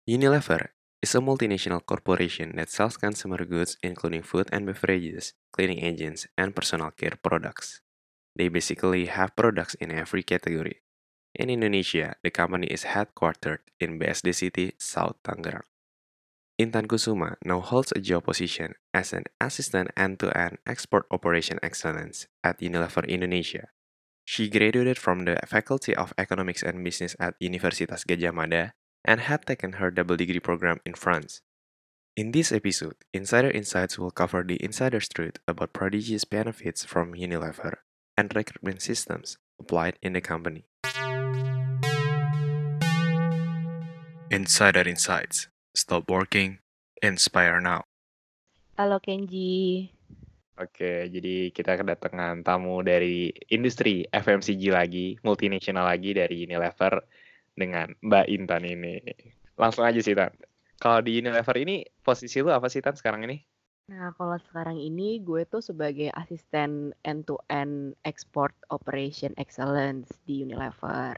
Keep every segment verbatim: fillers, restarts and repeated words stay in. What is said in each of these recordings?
Unilever is a multinational corporation that sells consumer goods including food and beverages, cleaning agents, and personal care products. They basically have products in every category. In Indonesia, the company is headquartered in B S D City, South Tangerang. Intan Kusuma now holds a job position as an assistant end-to-end export operation excellence at Unilever Indonesia. She graduated from the Faculty of Economics and Business at Universitas Gadjah Mada and had taken her double degree program in France. In this episode, Insider Insights will cover the insider's truth about prodigious benefits from Unilever and recruitment systems applied in the company. Insider Insights. Stop working, inspire now. Halo Kenji. Oke, jadi kita kedatangan tamu dari industri F M C G lagi, multinasional lagi dari Unilever dengan Mbak Intan ini. Langsung aja sih, Tan. Kalau di Unilever ini, posisi lu apa sih, Tan, sekarang ini? Nah, kalau sekarang ini gue tuh sebagai asisten end-to-end export operation excellence di Unilever.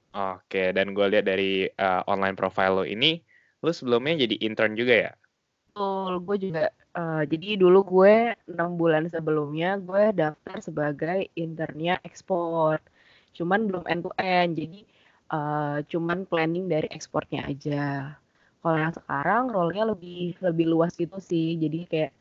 Oke, dan gue lihat dari uh, online profile lo ini, lu sebelumnya jadi intern juga ya? Betul, gue juga, uh, jadi dulu gue enam bulan sebelumnya gue daftar sebagai internnya ekspor. Cuman belum end-to-end, jadi uh, cuman planning dari ekspornya aja. Kalau yang sekarang role-nya lebih lebih luas gitu sih, jadi kayak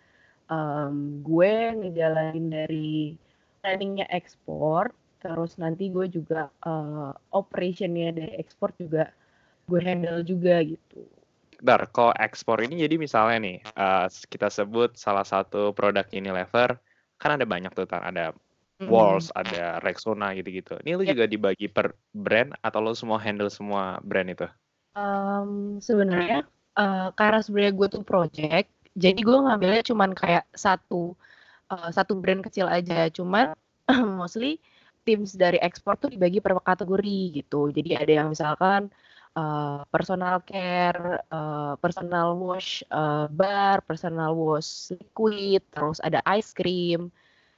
um, gue ngejalanin dari planningnya ekspor, terus nanti gue juga uh, operationnya dari ekspor juga gue handle juga gitu. Bentar, kalau ekspor ini jadi misalnya nih, uh, kita sebut salah satu produk Unilever, kan ada banyak tuh, Tan. Ada Walls, mm. ada Rexona gitu-gitu. Ini lu yep. juga dibagi per brand atau lu semua handle semua brand itu? Um, sebenarnya uh, karena sebenarnya gue tuh project, jadi gue ngambilnya cuman kayak satu uh, satu brand kecil aja. Cuman mostly teams dari ekspor tuh dibagi per kategori gitu. Jadi ada yang misalkan uh, personal care, uh, personal wash uh, bar, personal wash liquid, terus ada ice cream,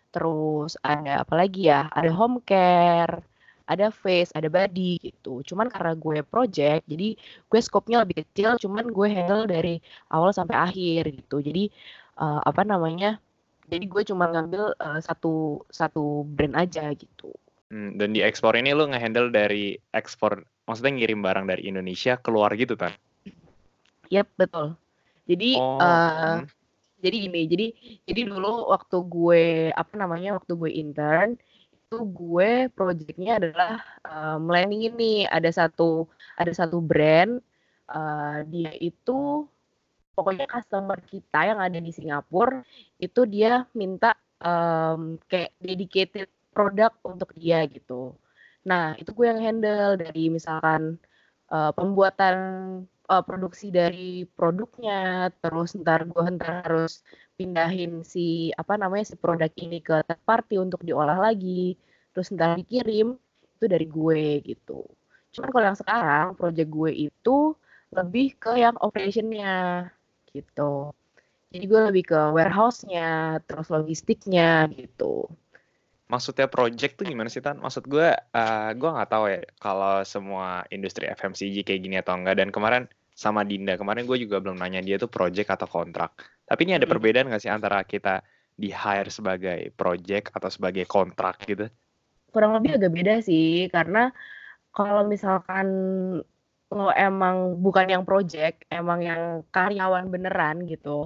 terus ada apa lagi ya? Ada home care, ada face, ada body gitu. Cuman karena gue project, jadi gue scope-nya lebih kecil, cuman gue handle dari awal sampai akhir gitu. Jadi uh, apa namanya? Jadi gue cuma ngambil uh, satu satu brand aja gitu. Hmm, dan di ekspor ini lu nge-handle dari ekspor, maksudnya ngirim barang dari Indonesia keluar gitu, Tan? Yap, betul. Jadi oh, uh, hmm. jadi gini, jadi jadi dulu waktu gue apa namanya waktu gue intern itu gue projectnya adalah uh, melanding ini ada satu ada satu brand uh, dia itu pokoknya customer kita yang ada di Singapura itu dia minta um, kayak dedicated produk untuk dia gitu. Nah itu gue yang handle dari misalkan uh, pembuatan uh, produksi dari produknya, terus ntar gue ntar harus pindahin si apa namanya si produk ini ke third party untuk diolah lagi, terus ntar dikirim itu dari gue gitu. Cuman kalau yang sekarang project gue itu lebih ke yang operationnya gitu. Jadi gue lebih ke warehouse-nya, terus logistiknya gitu. Maksudnya project tuh gimana sih, Tan? Maksud gue, uh, gue nggak tahu ya kalau semua industri F M C G kayak gini atau enggak. Dan kemarin sama Dinda, kemarin gue juga belum nanya dia tuh project atau kontrak. Tapi ini ada perbedaan nggak sih antara kita di hire sebagai project atau sebagai kontrak gitu? Kurang lebih agak beda sih, karena kalau misalkan lo emang bukan yang project, emang yang karyawan beneran gitu,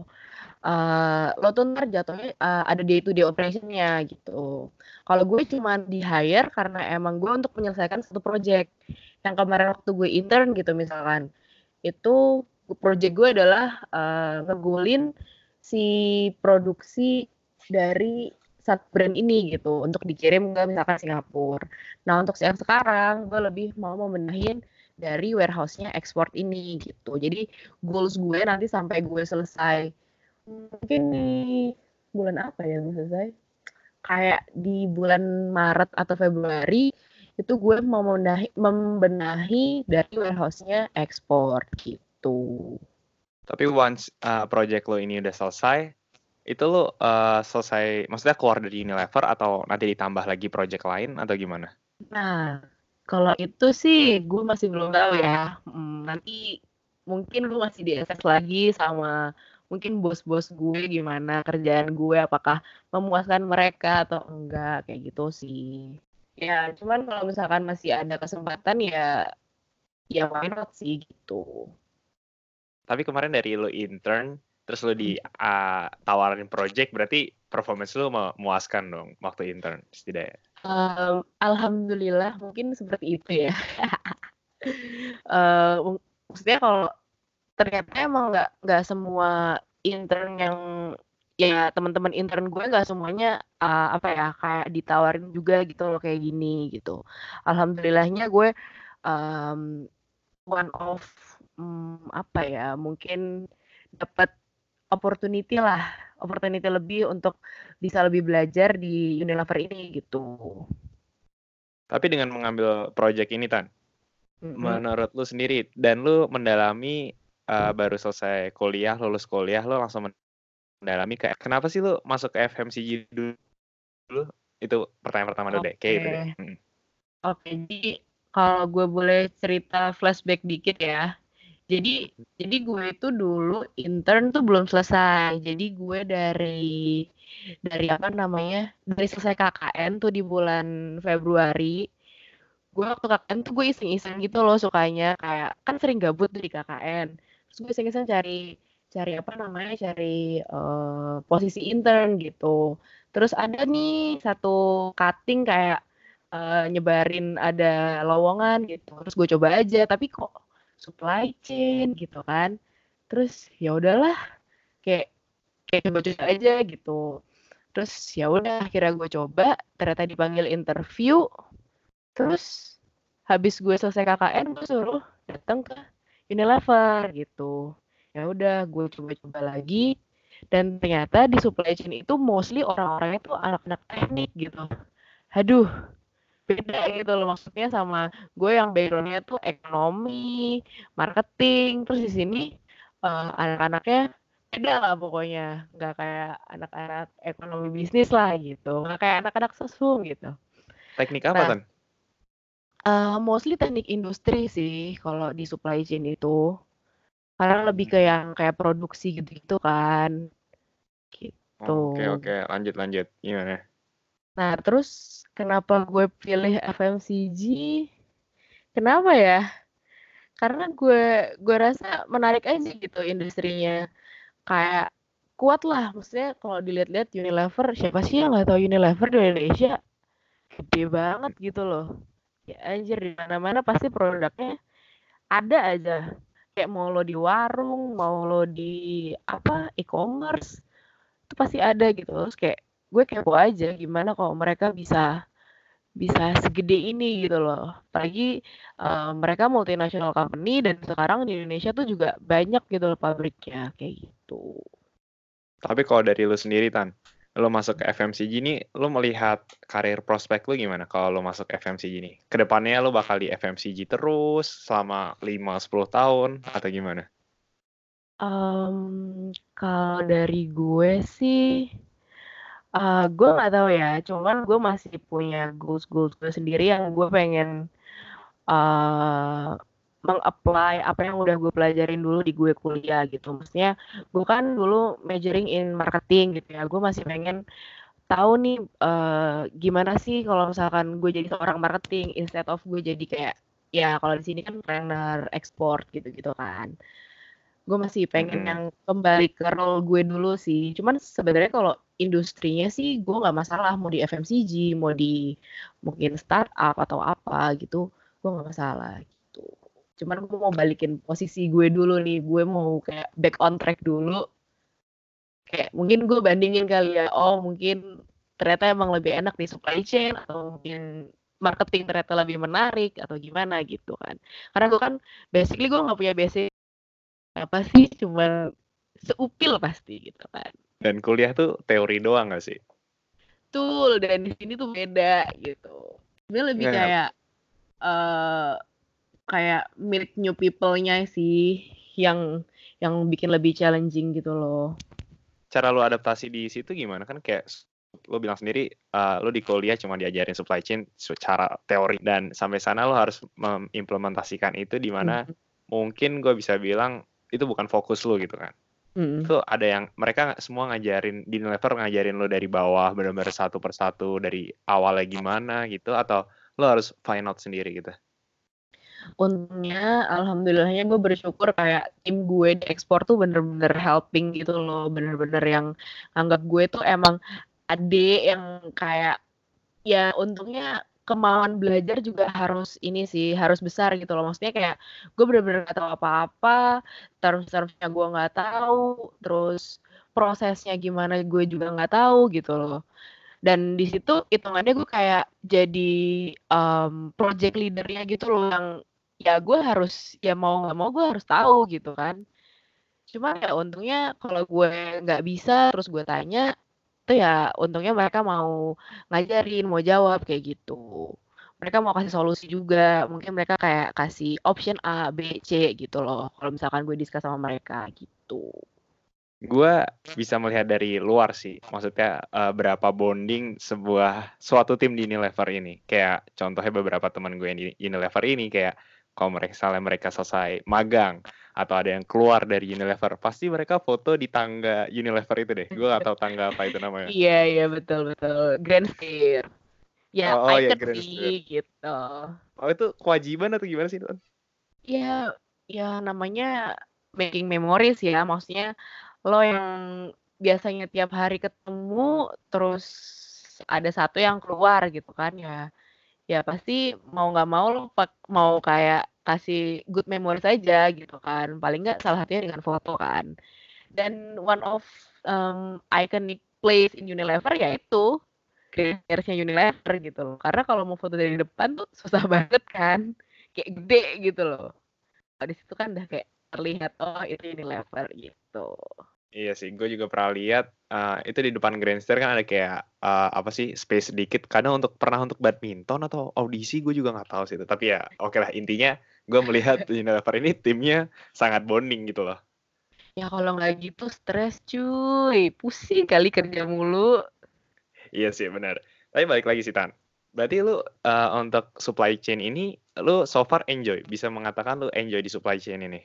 uh, lo tuh ntar jatuhnya uh, ada day to day operation-nya gitu. Kalau gue cuma di hire karena emang gue untuk menyelesaikan satu project. Yang kemarin waktu gue intern gitu misalkan, itu project gue adalah uh, ngegulin si produksi dari satu brand ini gitu untuk dikirim ke misalkan Singapura. Nah untuk yang sekarang gue lebih mau membenahin dari warehouse-nya ekspor ini gitu. Jadi goals gue nanti sampai gue selesai mungkin di bulan apa ya gue selesai? Kayak di bulan Maret atau Februari itu gue mau membenahi, membenahi dari warehouse-nya ekspor gitu. Tapi once uh, project lo ini udah selesai, itu lo uh, selesai, maksudnya keluar dari Unilever atau nanti ditambah lagi project lain atau gimana? Nah, kalau itu sih gue masih belum tahu ya. Hmm, nanti mungkin gue masih di-assess lagi sama mungkin bos-bos gue gimana kerjaan gue, apakah memuaskan mereka atau enggak, kayak gitu sih. Ya, cuman kalau misalkan masih ada kesempatan ya ya why not sih gitu. Tapi kemarin dari lo intern, terus lo ditawarin project, berarti performance lo memuaskan dong waktu intern setidaknya. Um, Alhamdulillah mungkin seperti itu ya. uh, maksudnya kalau ternyata emang nggak nggak semua intern yang ya teman-teman intern gue nggak semuanya uh, apa ya kayak ditawarin juga gitu loh kayak gini gitu. Alhamdulillahnya gue um, one of um, apa ya mungkin dapat opportunity lah, opportunity lebih untuk bisa lebih belajar di Unilever ini gitu. Tapi dengan mengambil project ini Tan, Mm-hmm. menurut lu sendiri dan lu mendalami uh, baru selesai kuliah, lulus kuliah, lu langsung mendalami kayak kenapa sih lu masuk ke F M C G dulu? Itu pertanyaan pertama dulu Oke. deh, kayak itu deh. Hmm. Oke, jadi kalau gue boleh cerita flashback dikit ya. Jadi jadi gue itu dulu intern tuh belum selesai. Jadi gue dari dari apa namanya? Dari selesai K K N tuh di bulan Februari. Gue waktu K K N tuh gue iseng-iseng gitu loh sukanya kayak kan sering gabut tuh di K K N. Terus gue iseng-iseng cari cari apa namanya? Cari uh, posisi intern gitu. Terus ada nih satu cutting kayak uh, nyebarin ada lowongan gitu. Terus gue coba aja tapi kok supply chain gitu kan. Terus ya udahlah kayak kayak coba-coba aja gitu. Terus ya udah akhirnya gue coba ternyata dipanggil interview. Terus habis gue selesai K K N gue suruh datang ke Unilever gitu. Ya udah gue coba-coba lagi dan ternyata di supply chain itu mostly orang-orangnya tuh anak-anak teknik gitu. Aduh, beda gitu loh maksudnya sama gue yang backgroundnya tuh ekonomi, marketing, terus di sini uh, anak-anaknya beda lah pokoknya, nggak kayak anak-anak ekonomi bisnis lah gitu, nggak kayak anak-anak sesum gitu. Teknik apa Nah, Tan? uh, mostly teknik industri sih kalau di supply chain itu, karena lebih ke yang kayak produksi gitu-gitu kan, gitu. Oke oke, lanjut lanjut, gimana? Nah terus kenapa gue pilih F M C G? Kenapa ya? Karena gue gue rasa menarik aja gitu industrinya, kayak kuat lah maksudnya kalau dilihat-lihat Unilever, siapa sih yang nggak tahu Unilever di Indonesia, gede banget gitu loh ya anjir, di mana-mana pasti produknya ada aja, kayak mau lo di warung mau lo di apa e-commerce itu pasti ada gitu. Terus kayak gue kepo aja gimana kalau mereka bisa bisa segede ini gitu loh. Apalagi uh, mereka multinational company dan sekarang di Indonesia tuh juga banyak gitu loh pabriknya kayak gitu. Tapi kalau dari lu sendiri Tan, lu masuk ke F M C G ini, lu melihat karir prospek lu gimana kalau lu masuk F M C G ini? Kedepannya lu bakal di F M C G terus selama lima sampai sepuluh tahun atau gimana? Um, kalau dari gue sih Uh, gue nggak tahu ya, cuman gue masih punya goals-goals gue sendiri yang gue pengen uh, meng-apply apa yang udah gue pelajarin dulu di gue kuliah gitu. Maksudnya gue kan dulu majoring in marketing gitu ya. Gue masih pengen tahu nih uh, gimana sih kalau misalkan gue jadi seorang marketing instead of gue jadi kayak ya kalau di sini kan trainer ekspor gitu-gitu kan. Gue masih pengen Mm-mm. yang kembali ke role gue dulu sih. Cuman sebenarnya kalau industrinya sih gue nggak masalah mau di F M C G, mau di mungkin startup atau apa gitu, gue nggak masalah gitu. Cuman gue mau balikin posisi gue dulu nih, gue mau kayak back on track dulu. Kayak mungkin gue bandingin kali ya, oh mungkin ternyata emang lebih enak di supply chain atau mungkin marketing ternyata lebih menarik atau gimana gitu kan. Karena gue kan basically gue nggak punya basic apa sih, cuma seupil pasti gitu kan. Dan kuliah tuh teori doang gak sih? Betul, dan di sini tuh beda gitu. Ini lebih Nggak, kayak uh, kayak meet new people-nya sih yang yang bikin lebih challenging gitu loh. cara lu adaptasi di situ gimana? Kan kayak lu bilang sendiri, uh, lu di kuliah cuma diajarin supply chain secara teori dan sampai sana lu harus mengimplementasikan itu di mana Hmm. mungkin gue bisa bilang itu bukan fokus lu gitu kan. Mm. Itu ada yang mereka nggak- semua ngajarin di Unilever ngajarin lo dari bawah benar-benar satu persatu dari awalnya gimana gitu, atau lo harus find out sendiri gitu. Untungnya, alhamdulillahnya gue bersyukur kayak tim gue di ekspor tuh bener-bener helping gitu loh, bener-bener yang anggap gue tuh emang adik yang kayak ya untungnya kemauan belajar juga harus ini sih harus besar gitu loh, maksudnya kayak gue bener-bener gak tahu apa-apa, terus-terusnya gue nggak tahu, terus prosesnya gimana gue juga nggak tahu gitu loh. Dan di situ hitungannya gue kayak jadi um, project leadernya gitu loh, yang ya gue harus ya mau nggak mau gue harus tahu gitu kan. Cuma ya untungnya kalau gue nggak bisa terus gue tanya itu ya untungnya mereka mau ngajarin, mau jawab kayak gitu. Mereka mau kasih solusi juga, mungkin mereka kayak kasih option A, B, C gitu loh. Kalau misalkan gue discuss sama mereka gitu. Gue bisa melihat dari luar sih, maksudnya uh, berapa bonding sebuah suatu tim di Unilever ini. Kayak contohnya beberapa teman gue yang di Unilever ini, kayak kalau mereka misalnya mereka selesai magang atau ada yang keluar dari Unilever, pasti mereka foto di tangga Unilever itu deh. Gue gak tahu tangga apa itu namanya. Iya, iya betul betul. Grand Stair. Ya Oh, oh ya, icon Grand Stair. sih gitu. Oh, itu kewajiban atau gimana sih, Ton? Ya, ya namanya making memories ya, maksudnya lo yang biasanya tiap hari ketemu, terus ada satu yang keluar gitu kan ya, ya pasti mau nggak mau lo pak- mau kayak kasih good memories aja gitu kan, paling nggak salah satunya dengan foto kan. Dan one of um, iconic place in Unilever yaitu Greener's-nya Unilever gitu loh, karena kalau mau foto dari depan tuh susah banget kan, kayak gede gitu loh. Di situ kan udah kayak terlihat oh itu Unilever gitu. Iya sih, gue juga pernah lihat uh, itu di depan Grandstand kan ada kayak uh, apa sih space sedikit. Kadang untuk pernah untuk badminton atau audisi gue juga nggak tahu sih itu. Tapi ya oke lah, intinya gue melihat Unilever ini timnya sangat bonding gitu loh. Ya kalau nggak gitu stres cuy, pusing kali kerja mulu. Iya sih benar. Tapi balik lagi sih Tan. Berarti lu uh, untuk supply chain ini lu so far enjoy, bisa mengatakan lu enjoy di supply chain ini.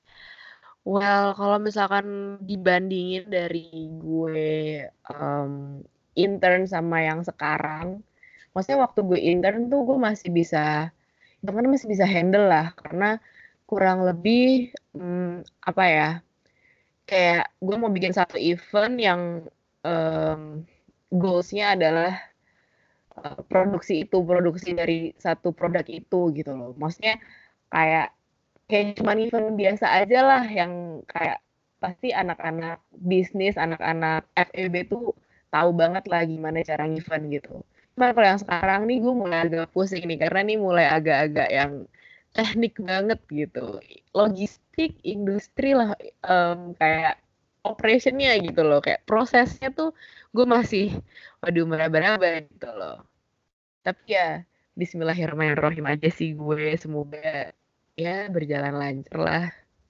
Well, kalau misalkan dibandingin dari gue um, intern sama yang sekarang, maksudnya waktu gue intern tuh gue masih bisa, itu kan masih bisa handle lah, karena kurang lebih hmm, apa ya, kayak gue mau bikin satu event yang um, goals-nya adalah uh, produksi itu, produksi dari satu produk itu gitu loh. Maksudnya kayak kayak cuma event biasa aja lah yang kayak pasti anak-anak bisnis, anak-anak F E B tuh tahu banget lah gimana cara event gitu. Cuma kalau yang sekarang nih gue mulai agak pusing nih karena nih mulai agak-agak yang teknik banget gitu. Logistik, industri lah em, kayak operationnya gitu loh, kayak prosesnya tuh gue masih waduh meraba-raba gitu loh. Tapi ya Bismillahirrahmanirrahim aja sih gue, semoga ya berjalan lancar lah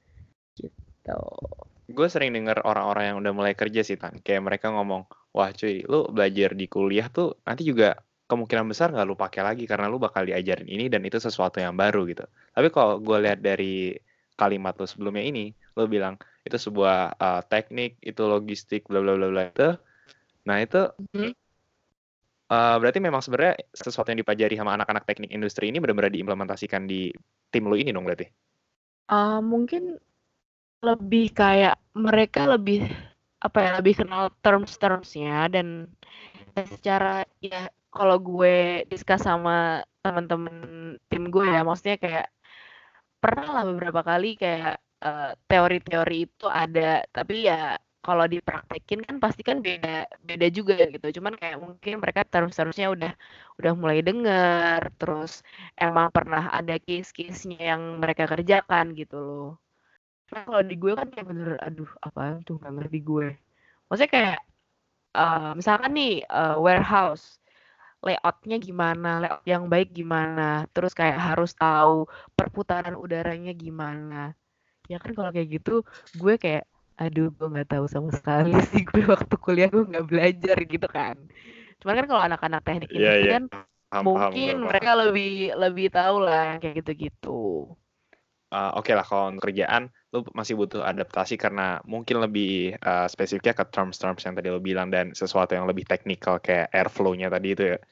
gitu. Gue sering denger orang-orang yang udah mulai kerja sih Tan. Kayak mereka ngomong, wah cuy, lu belajar di kuliah tuh nanti juga kemungkinan besar nggak lu pakai lagi karena lu bakal diajarin ini dan itu sesuatu yang baru gitu. Tapi kalau gue lihat dari kalimat lu sebelumnya ini, lu bilang itu sebuah uh, teknik, itu logistik, bla bla bla bla itu. Nah itu Hmm. uh, berarti memang sebenarnya sesuatu yang dipelajari sama anak-anak teknik industri ini benar-benar diimplementasikan di tim lu ini dong berarti. Uh, mungkin lebih kayak mereka lebih apa ya lebih kenal terms-termsnya dan secara ya kalau gue discuss sama teman-teman tim gue ya maksudnya kayak pernah lah beberapa kali kayak eh, teori-teori itu ada tapi ya kalau dipraktekin kan pasti kan beda beda juga gitu cuman kayak mungkin mereka terus-terusnya udah udah mulai dengar terus emang pernah ada case-case-nya yang mereka kerjakan gitu loh. Cuma kalau di gue kan kayak bener aduh apaan tuh nggak ngerti gue, maksudnya kayak eh, misalkan nih eh, warehouse layoutnya gimana, layout yang baik gimana, terus kayak harus tahu perputaran udaranya gimana. Ya kan kalau kayak gitu, gue kayak, aduh gue nggak tahu sama sekali sih gue waktu kuliah gue nggak belajar gitu kan. Cuman kan kalau anak-anak teknik Iya industri iya. kan Paham paham gue mungkin paham. mereka lebih lebih tahu lah yang kayak gitu-gitu. uh, oke lah kalau untuk kerjaan lu masih butuh adaptasi karena mungkin lebih uh, spesifiknya ke terms-terms yang tadi lu bilang dan sesuatu yang lebih teknikal kayak airflow-nya tadi itu ya.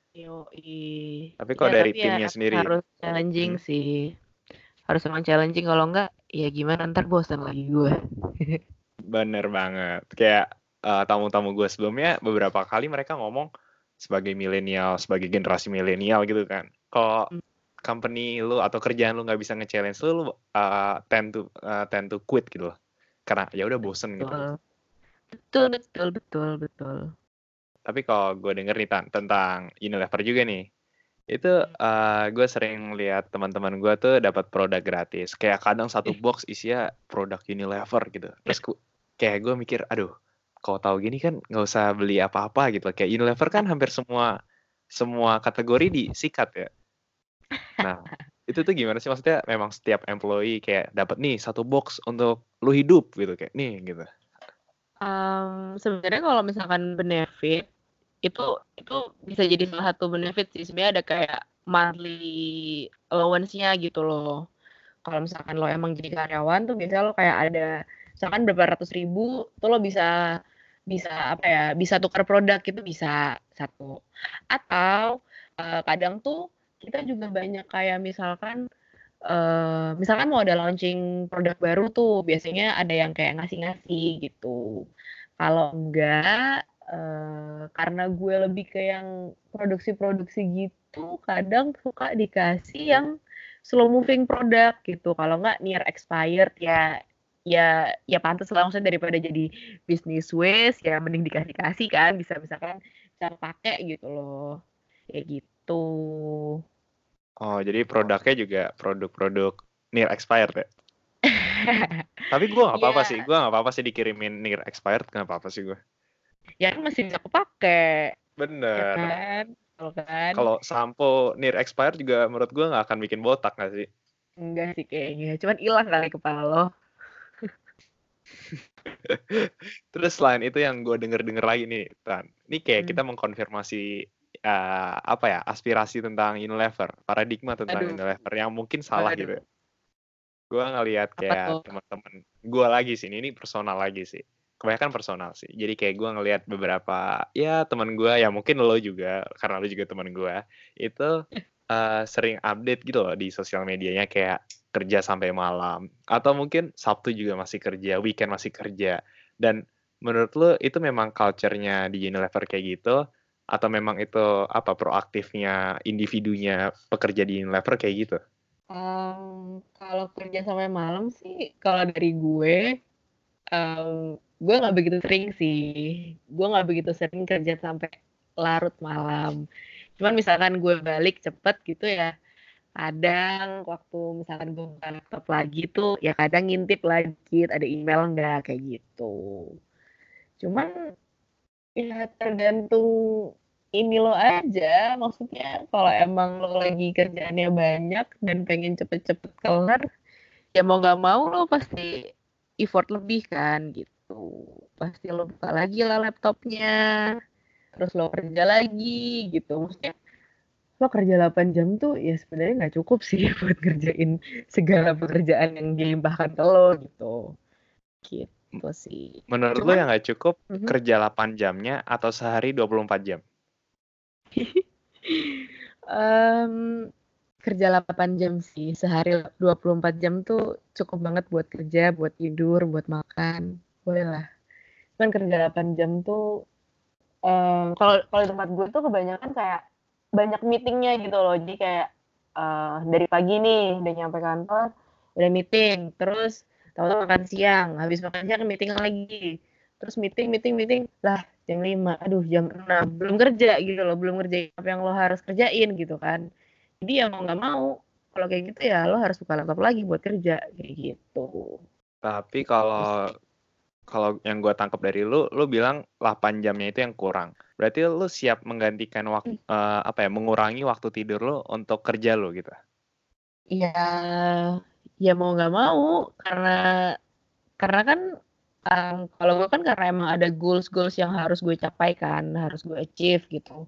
Yoi. Tapi Ya kalau dari tapi ya timnya sendiri, harus challenging hmm, sih. Harus emang challenging, kalau enggak ya gimana, ntar bosan lagi gue. bener banget. Kayak uh, tamu-tamu gue sebelumnya beberapa kali mereka ngomong sebagai milenial, sebagai generasi milenial gitu kan. Kalau company lu atau kerjaan lu nggak bisa nge-challenge lu, lu uh, tend to uh, tend to quit gitu loh. Karena ya udah bosen gitu. Betul. Betul, betul, betul, betul. Tapi kalau gue denger nih Tan, tentang Unilever juga nih, itu uh, gue sering lihat teman-teman gue tuh dapat produk gratis. Kayak kadang satu box isinya produk Unilever gitu. Terus ku, kayak gue mikir, aduh, kalau tahu gini kan nggak usah beli apa-apa gitu. Kayak Unilever kan hampir semua semua kategori disikat ya. Nah, itu tuh gimana sih, maksudnya memang setiap employee kayak dapat nih satu box untuk lu hidup gitu kayak nih gitu. Um, sebenarnya kalau misalkan benefit itu itu bisa jadi salah satu benefit sih. Sebenarnya ada kayak monthly allowance-nya gitu loh. Kalau misalkan lo emang jadi karyawan tuh biasanya lo kayak ada misalkan berapa ratus ribu tuh lo bisa bisa apa ya, bisa tukar produk gitu, bisa satu. Atau uh, kadang tuh kita juga banyak kayak misalkan uh, misalkan mau ada launching produk baru tuh biasanya ada yang kayak ngasih-ngasih gitu. Kalau enggak, uh, karena gue lebih ke yang produksi-produksi gitu, kadang suka dikasih yang slow moving produk gitu. Kalau enggak near expired ya ya ya pantas lah, maksudnya daripada jadi business waste ya mending dikasih-kasih kan, bisa misalkan cara pakai gitu loh. Kayak gitu. Oh, jadi produknya juga produk-produk near expired ya? Tapi gue nggak apa-apa sih, Iya, gue nggak apa-apa sih dikirimin near expired, nggak apa-apa sih gue. ya kan masih bisa kepake, ya Bener. kan? Kalau kan Kalau sampo near expired juga menurut gue nggak akan bikin botak nggak sih? enggak sih kayaknya, cuman hilang kali kepala lo. Terus selain itu yang gue denger-denger lagi nih, Tan. Ini kayak Hmm. kita mengkonfirmasi uh, apa ya, aspirasi tentang Unilever, paradigma tentang Aduh, Unilever yang mungkin salah gitu. aduh, Gue ngelihat apa kayak tuh? teman-teman gue lagi sih, ini personal lagi sih. Kebanyakan personal sih. Jadi kayak gue ngelihat beberapa ya teman gue, ya mungkin lo juga karena lo juga teman gue, itu uh, sering update gitu loh di sosial medianya kayak kerja sampai malam atau mungkin Sabtu juga masih kerja, weekend masih kerja. Dan menurut lo itu memang culture-nya di Unilever kayak gitu atau memang itu apa proaktifnya individunya pekerja di Unilever kayak gitu? Um, kalau kerja sampai malam sih, kalau dari gue, um, gue nggak begitu sering sih. Gue nggak begitu sering kerja sampai larut malam. Cuman misalkan gue balik cepet gitu ya, kadang waktu misalkan gue buka laptop lagi tuh, ya kadang ngintip lagi ada email nggak, kayak gitu. Cuman ya tergantung ini lo aja, maksudnya kalau emang lo lagi kerjaannya banyak dan pengen cepet-cepet kelar, ya mau nggak mau lo pasti effort lebih kan gitu. Pasti lo buka lagi lah laptopnya, terus lo kerja lagi gitu. Maksudnya lo kerja delapan jam tuh ya sebenarnya nggak cukup sih buat ngerjain segala pekerjaan yang dilimpahkan ke lo gitu. Gitu sih. Menurut lo Cuman yang nggak cukup mhm. kerja delapan jamnya atau sehari dua puluh empat jam? um, kerja delapan jam sih. Sehari dua puluh empat jam tuh cukup banget buat kerja, buat tidur, buat makan. Boleh lah. Cuman kerja delapan jam tuh um, kalau kalau di tempat gue tuh kebanyakan kayak banyak meetingnya gitu loh. Jadi kayak uh, dari pagi nih udah nyampe kantor, udah meeting, terus tahu-tahu makan siang, habis makan siang meeting lagi. Terus meeting, meeting, meeting, lah jam lima, aduh jam enam, belum kerja gitu loh, belum ngerjain apa yang lo harus kerjain gitu kan. Jadi ya mau nggak mau, kalau kayak gitu ya lo harus buka laptop lagi buat kerja, kayak gitu. Tapi Gitu kalau sih. kalau yang gue tangkap dari lu, lu bilang delapan jamnya itu yang kurang. Berarti lu siap menggantikan waktu apa ya, mengurangi waktu tidur lu untuk kerja lu gitu. Ya, ya mau nggak mau, karena karena kan um, kalau gue kan karena emang ada goals-goals yang harus gue capai kan, harus gue achieve gitu.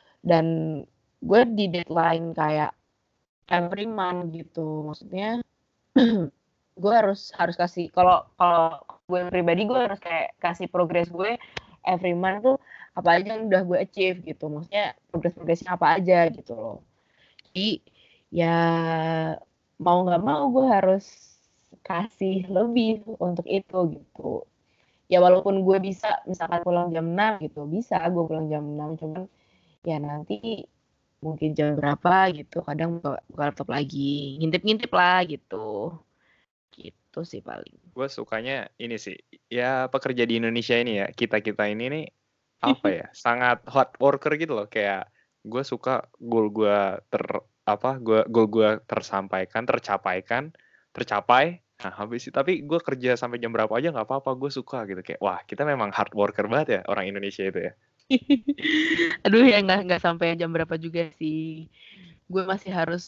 Dan gue di deadline kayak every month gitu. Maksudnya gue harus harus kasih kalau kalau gue pribadi gue harus kayak kasih progres gue every month tuh apa aja yang udah gue achieve gitu, maksudnya progres-progresnya apa aja gitu loh. Jadi ya mau nggak mau gue harus kasih lebih untuk itu gitu. Ya walaupun gue bisa misalkan pulang jam enam gitu, bisa gue pulang jam enam, cuman ya nanti mungkin jam berapa gitu, kadang buka, buka laptop lagi, ngintip-ngintip lah gitu. Gitu sih paling. Gue sukanya ini sih, ya pekerja di Indonesia ini ya, kita-kita ini nih, apa ya, sangat hard worker gitu loh. Kayak gue suka goal gue ter, apa, gue goal gue tersampaikan, tercapaikan, tercapai, nah habis itu, tapi gue kerja sampai jam berapa aja nggak apa-apa, gue suka gitu. Kayak, wah kita memang hard worker banget ya, orang Indonesia itu ya. Aduh ya nggak nggak sampai jam berapa juga sih. Gue masih harus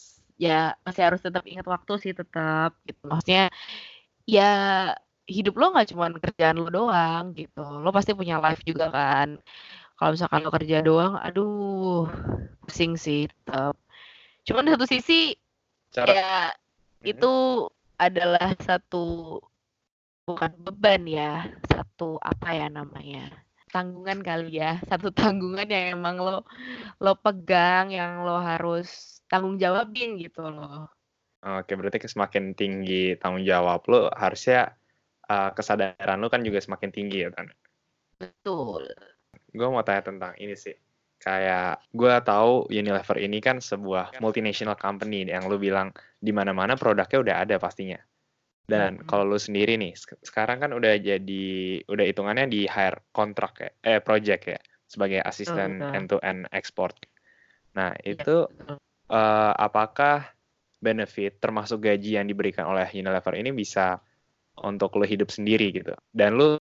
ya masih harus tetap ingat waktu sih tetap gitu. Maksudnya ya hidup lo nggak cuma kerjaan lo doang gitu. Lo pasti punya life juga kan. Kalau misalkan lo kerja doang, aduh pusing sih tetap. Cuman di satu sisi Cara, ya Mhm. itu adalah satu bukan beban ya, satu apa ya namanya? Tanggungan kali ya, satu tanggungan yang emang lo lo pegang, yang lo harus tanggung jawabin gitu loh. Oke, berarti semakin tinggi tanggung jawab lo, harusnya uh, kesadaran lo kan juga semakin tinggi ya kan? Betul. Gue mau tanya tentang ini sih. Kayak gue tahu Unilever ini kan sebuah multinational company yang lu bilang di mana-mana produknya udah ada pastinya. Dan Mm-mm. kalau lu sendiri nih, sek- sekarang kan udah jadi udah hitungannya di hire kontrak ya, eh project ya, sebagai Betul, asisten betul. end-to-end export. Nah, Iya, itu betul. eh, apakah benefit termasuk gaji yang diberikan oleh Unilever ini bisa untuk lu hidup sendiri gitu? Dan lu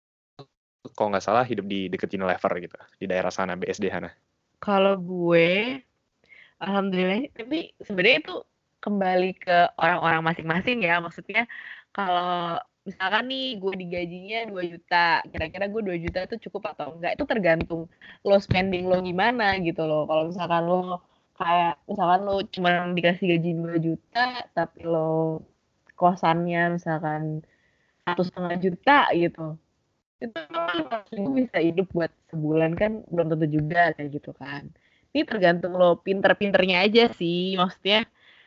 kalau nggak salah hidup di deket Unilever gitu, di daerah sana, B S D sana. Kalau gue, alhamdulillah, tapi sebenarnya itu kembali ke orang-orang masing-masing ya. Maksudnya kalau misalkan nih gue digajinya dua juta, kira-kira gue dua juta itu cukup atau enggak, itu tergantung lo spending lo gimana gitu loh. Kalau misalkan lo kayak, misalkan lo cuma dikasih gaji dua juta, tapi lo kosannya misalkan satu setengah juta gitu, itu gue bisa hidup buat sebulan kan belum tentu juga kayak gitu kan. Ini tergantung lo pinter-pinternya aja sih, maksudnya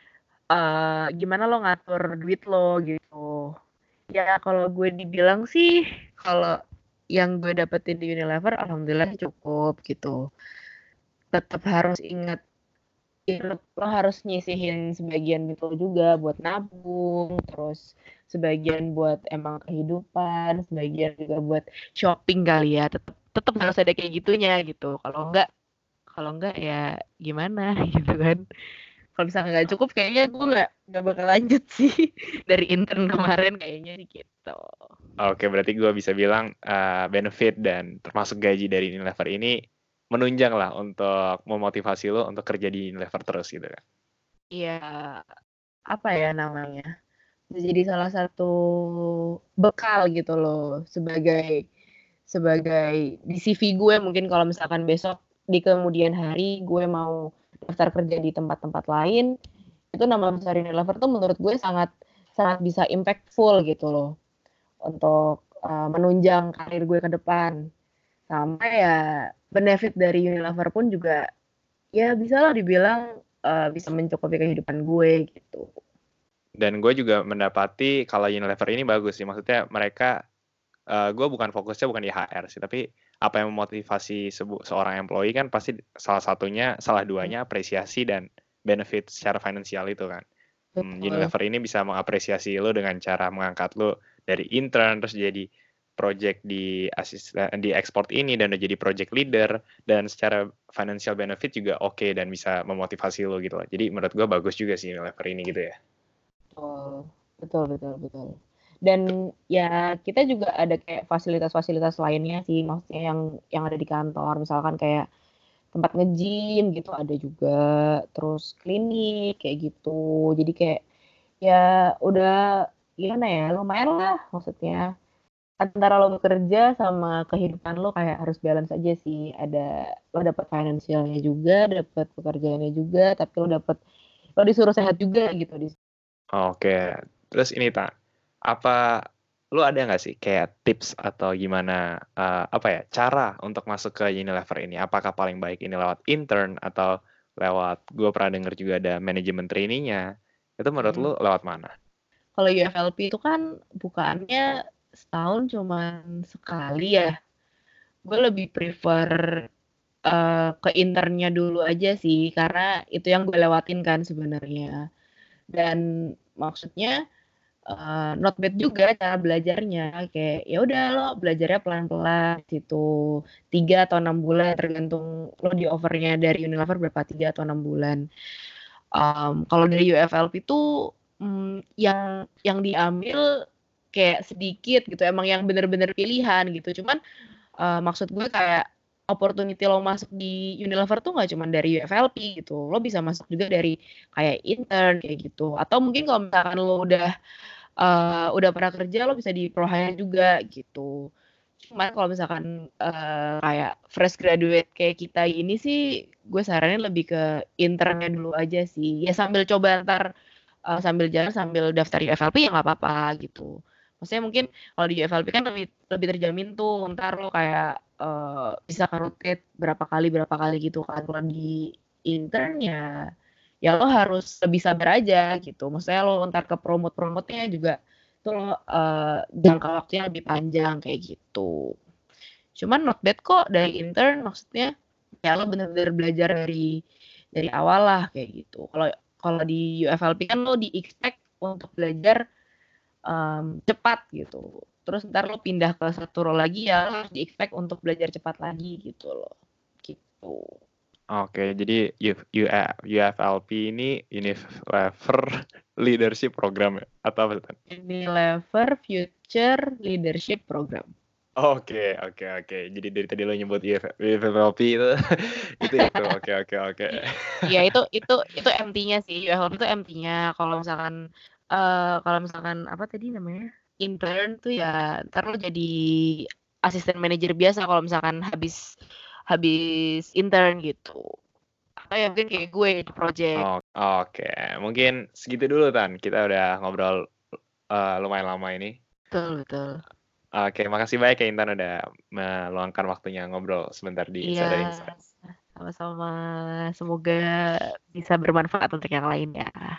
eh, gimana lo ngatur duit lo gitu. Ya kalau gue dibilang sih, kalau yang gue dapetin di Unilever alhamdulillah cukup gitu. Tetap harus ingat, ingat lo harus nyisihin sebagian gitu juga buat nabung, terus sebagian buat emang kehidupan, sebagian juga buat shopping kali ya. Tetap tetap harus ada kayak gitunya gitu. Kalau enggak, kalau enggak ya gimana gitu kan. Kalau misalnya nggak cukup kayaknya gue nggak nggak bakal lanjut sih dari intern kemarin kayaknya gitu. Oke, berarti gue bisa bilang uh, benefit dan termasuk gaji dari Unilever ini menunjang lah untuk memotivasi lo untuk kerja di Unilever terus gitu kan. Iya, apa ya namanya? Jadi salah satu bekal gitu loh sebagai sebagai di C V gue, mungkin kalau misalkan besok di kemudian hari gue mau daftar kerja di tempat-tempat lain, itu nama besar Unilever tuh menurut gue sangat sangat bisa impactful gitu loh untuk uh, menunjang karir gue ke depan. Sama ya benefit dari Unilever pun juga ya bisa lah dibilang uh, bisa mencukupi kehidupan gue gitu. Dan gue juga mendapati kalau Unilever ini bagus sih, maksudnya mereka, uh, gue bukan fokusnya bukan di H R sih, tapi apa yang memotivasi sebu- seorang employee kan pasti salah satunya, salah duanya apresiasi dan benefit secara finansial itu kan. Hmm, Betul. Unilever ini bisa mengapresiasi lo dengan cara mengangkat lo dari intern terus jadi project di asisten di ekspor ini dan udah jadi project leader, dan secara financial benefit juga oke okay, dan bisa memotivasi lo gitu loh. Jadi menurut gue bagus juga sih Unilever ini gitu ya. Betul, betul, betul, betul. Dan ya kita juga ada kayak fasilitas-fasilitas lainnya sih, maksudnya yang yang ada di kantor, misalkan kayak tempat nge-gym gitu ada juga, terus klinik kayak gitu. Jadi kayak ya udah gimana ya, lumayan lah maksudnya. Antara lo bekerja sama kehidupan lo kayak harus balance aja sih. Ada lo dapat finansialnya juga, dapat pekerjaannya juga, tapi lo dapat lo disuruh sehat juga gitu di Oke, terus ini Tak, apa lu ada nggak sih kayak tips atau gimana eh, apa ya cara untuk masuk ke Unilever ini? Apakah paling baik ini lewat intern atau lewat gue pernah denger juga ada manajemen trainee-nya? Itu menurut lu Hmm. lewat mana? Kalau U F L P itu kan bukaannya setahun cuman sekali ya. Gue lebih prefer eh, ke internnya dulu aja sih, karena itu yang gue lewatin kan sebenarnya. Dan maksudnya eh, not bad juga cara belajarnya. Kayak ya udah lo belajarnya pelan-pelan situ tiga atau enam bulan tergantung lo di offernya dari Unilever berapa tiga atau enam bulan. Um, kalau dari U F L P itu mm, yang yang diambil kayak sedikit gitu, emang yang bener-bener pilihan gitu. Cuman uh, maksud gue kayak opportunity lo masuk di Unilever tuh nggak cuma dari U F L P gitu, lo bisa masuk juga dari kayak intern kayak gitu. Atau mungkin kalau misalkan lo udah uh, udah pernah kerja lo bisa di pro hire juga gitu. Cuman kalau misalkan uh, kayak fresh graduate kayak kita ini sih, gue saranin lebih ke internnya dulu aja sih. Ya sambil coba ntar uh, sambil jalan sambil daftar U F L P ya nggak apa-apa gitu. Maksudnya mungkin kalau di U F L P kan lebih lebih terjamin tuh, ntar lo kayak uh, bisa ke rotate berapa kali berapa kali gitu kan. Kalau di intern ya ya lo harus lebih sabar aja gitu. Maksudnya lo ntar ke promote-promote-nya juga tuh lo uh, jangka waktunya lebih panjang kayak gitu. Cuman not bad kok dari intern, maksudnya ya lo bener-bener belajar dari dari awal lah kayak gitu. Kalau kalau di U F L P kan lo di expect untuk belajar um, cepat gitu. Terus ntar lo pindah ke satu role lagi ya lo harus di expect untuk belajar cepat lagi gitu loh. Gitu. Oke, jadi U- U- U F L P ini Unilever Leadership Program ya? Atau apa tuh? Unilever Future Leadership Program. Oke, oke, oke. Jadi dari tadi lo nyebut U F L P itu, itu itu. Oke, oke, oke. Iya itu itu itu M T-nya sih. U F L P itu M T-nya. Kalau misalkan eh kalau misalkan apa tadi namanya? Intern tuh ya ntar lo jadi asisten manajer biasa kalau misalkan habis habis intern gitu. Atau ya mungkin kayak gue di project. Oh, oke, mungkin segitu dulu Tan. Kita udah ngobrol eh, lumayan lama ini. Betul, betul. Oke, makasih banyak ya Intan udah meluangkan waktunya ngobrol sebentar di Iya, Insider Insight. sama-sama. Semoga bisa bermanfaat untuk yang lain ya.